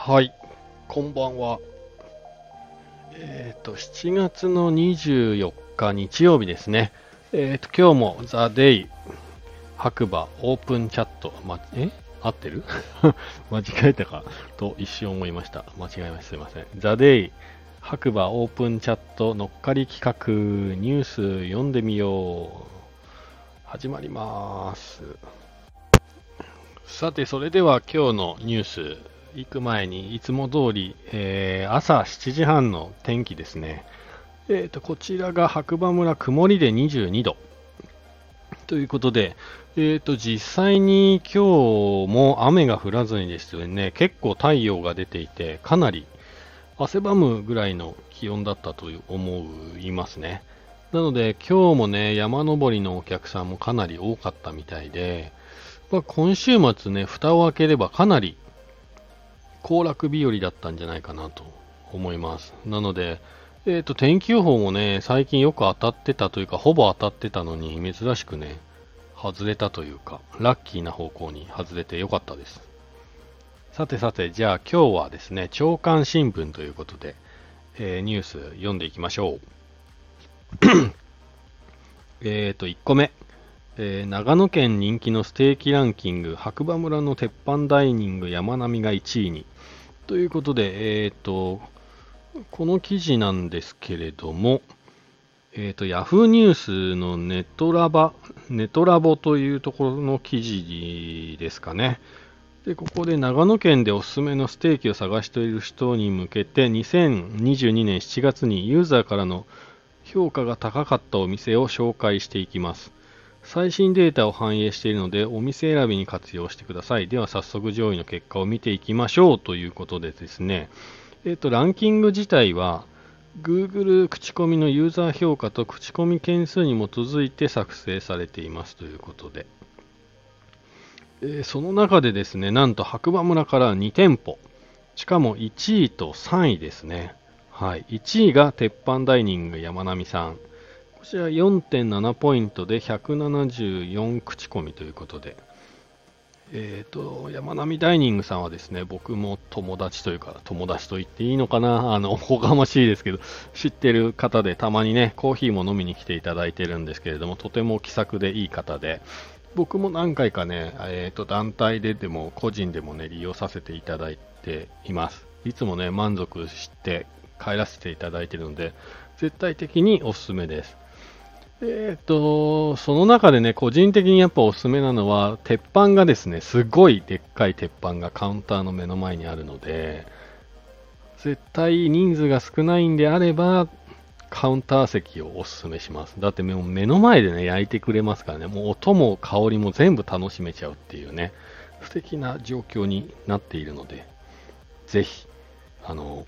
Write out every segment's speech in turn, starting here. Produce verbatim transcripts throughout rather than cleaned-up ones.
はい、こんばんは。えっと、しちがつのにじゅうよっか日曜日ですね。えっと、今日もザ・デイ白馬オープンチャット、ま、え合ってる間違えたかと一瞬思いました。間違えました。すいません。ザ・デイ白馬オープンチャット乗っかり企画ニュース読んでみよう。始まります。さて、それでは今日のニュース行く前にいつも通り、えー朝しちじはんの天気ですね。えーと、こちらが白馬村曇りでにじゅうにどということで、えーと、実際に今日も雨が降らずにですね、結構太陽が出ていて、かなり汗ばむぐらいの気温だったと思いますね。なので今日もね、山登りのお客さんもかなり多かったみたいで、まあ、今週末ね、蓋を開ければかなり行楽日和だったんじゃないかなと思います。なので、えっと、天気予報もね、最近よく当たってたというか、ほぼ当たってたのに、珍しくね、外れたというか、ラッキーな方向に外れてよかったです。さてさて、じゃあ今日はですね、朝刊新聞ということで、えーニュース読んでいきましょう。えっと、いっこめ。えー長野県人気のステーキランキング、白馬村の鉄板ダイニング山並みがいちいに。ということで、えっと、この記事なんですけれども、えっと、ヤフーニュースのネトラバ、ネトラボというところの記事ですかね。で、ここで長野県でおすすめのステーキを探している人に向けて、にせんにじゅうにねんしちがつにユーザーからの評価が高かったお店を紹介していきます。最新データを反映しているので、お店選びに活用してください。では早速上位の結果を見ていきましょうということでですね、えっと、ランキング自体は、Google 口コミのユーザー評価と口コミ件数に基づいて作成されていますということで、えーその中でですね、なんと白馬村からにてんぽ、しかもいちいとさんいですね。はい、いちいが鉄板ダイニング山並さん。こちらよんてんななポイントでひゃくななじゅうよん口コミということで、えーと、山並ダイニングさんはですね、僕も友達というか、友達と言っていいのかな、あの、おこがましいですけど、知ってる方で、たまにね、コーヒーも飲みに来ていただいてるんですけれども、とても気さくでいい方で、僕も何回かね、えーと、団体ででも、個人でもね、利用させていただいています。いつもね、満足して帰らせていただいているので、絶対的におすすめです。えっと、その中でね、個人的にやっぱおすすめなのは、鉄板がですね、すごいでっかい鉄板がカウンターの目の前にあるので、絶対人数が少ないんであれば、カウンター席をおすすめします。だってもう目の前でね、焼いてくれますからね、もう音も香りも全部楽しめちゃうっていうね、素敵な状況になっているので、ぜひ、あの、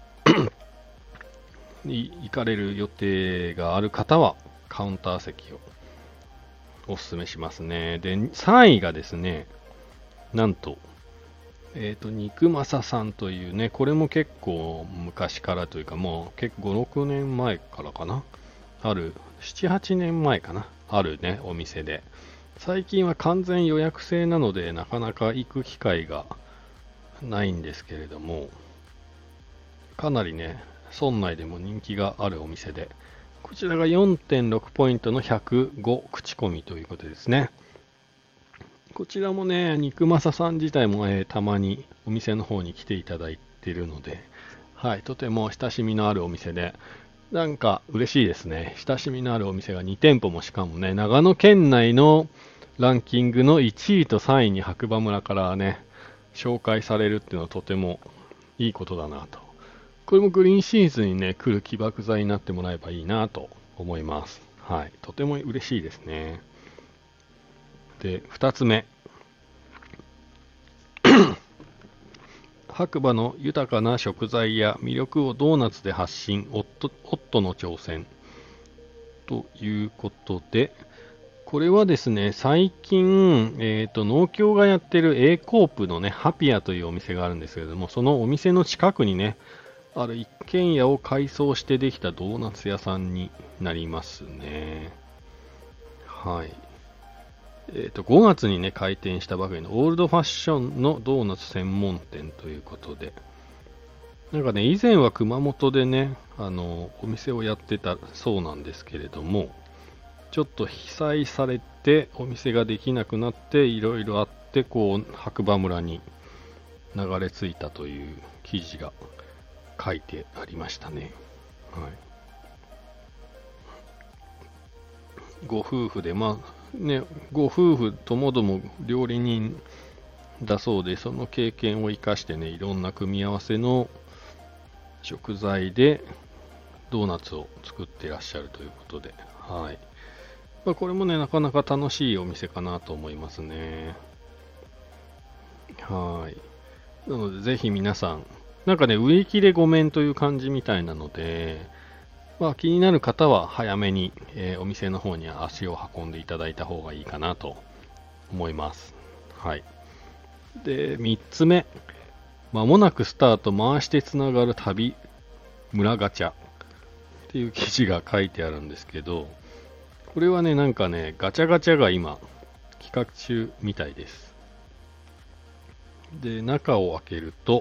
い行かれる予定がある方は、カウンター席をおすすめしますね。で、さんいがですね、なんと、えっ、と、肉政さんというね、これも結構昔からというか、もう結構ご、ろくねんまえからかな。ある、なな、はちねんまえかな。あるね、お店で。最近は完全予約制なので、なかなか行く機会がないんですけれども、かなりね、村内でも人気があるお店で、こちらがよんてんろくポイントのひゃくご口コミということですね。こちらもね、肉政さん自体も、えーたまにお店の方に来ていただいているので、はい、とても親しみのあるお店で、なんか嬉しいですね。親しみのあるお店がにてんぽもしかもね、長野県内のランキングのいちいとさんいに白馬村からね、紹介されるっていうのはとてもいいことだなと。これもグリーンシーズンにね、来る起爆剤になってもらえばいいなと思います。はい、とても嬉しいですね。で、ふたつめ。白馬の豊かな食材や魅力をドーナツで発信、夫夫の挑戦ということで、これはですね、最近、えーと、農協がやってる A コープのね、ハピアというお店があるんですけれども、そのお店の近くにね、ある一軒家を改装してできたドーナツ屋さんになりますね。はい。えーと、ごがつにね、開店したばかりのオールドファッションのドーナツ専門店ということで、 なんかね、以前は熊本でね、あの、お店をやってたそうなんですけれども、ちょっと被災されて、お店ができなくなって、いろいろあって、こう、白馬村に流れ着いたという記事が書いてありましたね。はい。ご夫婦で、まあね、ご夫婦ともども料理人だそうで、その経験を生かしてね、いろんな組み合わせの食材でドーナツを作ってらっしゃるということで、はい。まあ、これもね、なかなか楽しいお店かなと思いますね。はい。なので、ぜひ皆さん、なんかね、売り切れごめんという感じみたいなので、まあ、気になる方は早めに、えーお店の方に足を運んでいただいた方がいいかなと思います。はい。で、みっつめ、まもなくスタート、回してつながる旅、村ガチャっていう記事が書いてあるんですけど、これはね、なんかね、ガチャガチャが今、企画中みたいです。で、中を開けると、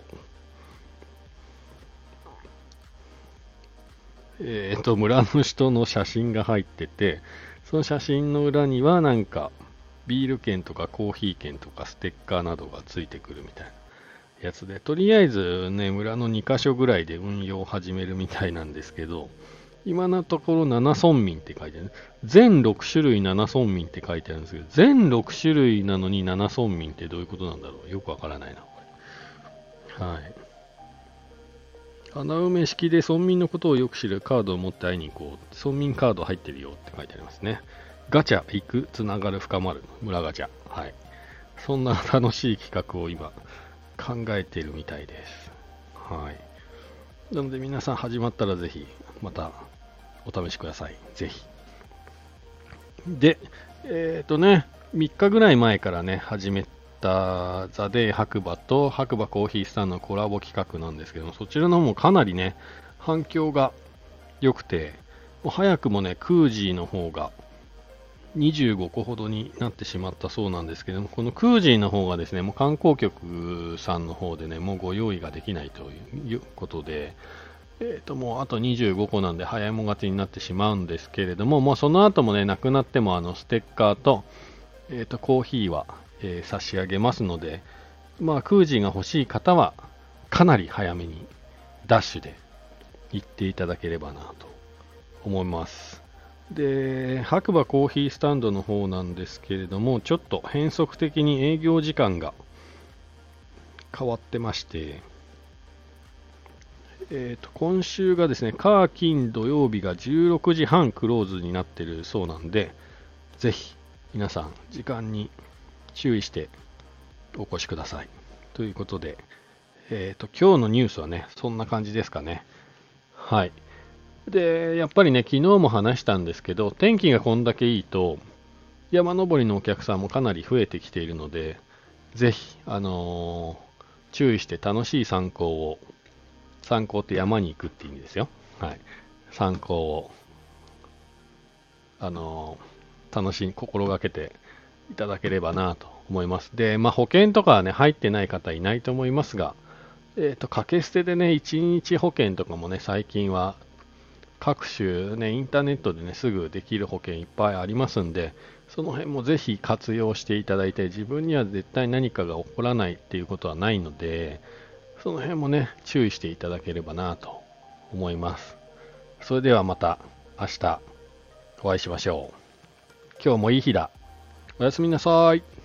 えっと、村の人の写真が入ってて、その写真の裏にはなんか、ビール券とかコーヒー券とかステッカーなどがついてくるみたいなやつで、とりあえずね、村のにカ所ぐらいで運用を始めるみたいなんですけど、今のところなな村民って書いてある。全ろく種類なな村民って書いてあるんですけど、全ろく種類なのになな村民ってどういうことなんだろう。よくわからないな、これ。はい。穴埋め式で村民のことをよく知るカードを持って会いに行こう。村民カード入ってるよって書いてありますね。ガチャ、行く、つながる、深まる、村ガチャ。はい。そんな楽しい企画を今考えているみたいです。はい。なので皆さん始まったらぜひまたお試しください。ぜひ。で、えっ、ー、とね、みっかぐらい前からね、始めたザ・デイ白馬と白馬コーヒースタンドのコラボ企画なんですけども、そちらの方もかなりね、反響が良くて、もう早くもね、クージーの方がにじゅうごこほどになってしまったそうなんですけども、このクージーの方がですね、もう観光局さんの方でね、もうご用意ができないということで、えーと、もうあとにじゅうごこなんで早いもん勝ちになってしまうんですけれども、もうその後もね、なくなってもあのステッカーと、えーと、コーヒーは、えー差し上げますので、まあ、クージーが欲しい方は、かなり早めにダッシュで行っていただければなと思います。で、白馬コーヒースタンドの方なんですけれども、ちょっと変則的に営業時間が変わってまして、えー、と今週がですね、火金土曜日がじゅうろくじはんクローズになっているそうなんで、ぜひ皆さん時間に注意してお越しください。ということで、えー、と今日のニュースはね、そんな感じですかね。はい。で、やっぱりね、昨日も話したんですけど、天気がこんだけいいと、山登りのお客さんもかなり増えてきているので、ぜひ、あのー注意して楽しい参考を、参考って山に行くって意味ですよ。はい。参考を、あのー楽しい、心がけていただければなと思います。で、まあ、保険とかはね、入ってない方いないと思いますが、えっと、掛け捨てでね、いちにち保険とかもね、最近は各種ね、インターネットでね、すぐできる保険いっぱいありますんで、その辺もぜひ活用していただいて、自分には絶対何かが起こらないっていうことはないので、その辺もね、注意していただければなと思います。それではまた明日お会いしましょう。今日もいい日だ。おやすみなさい。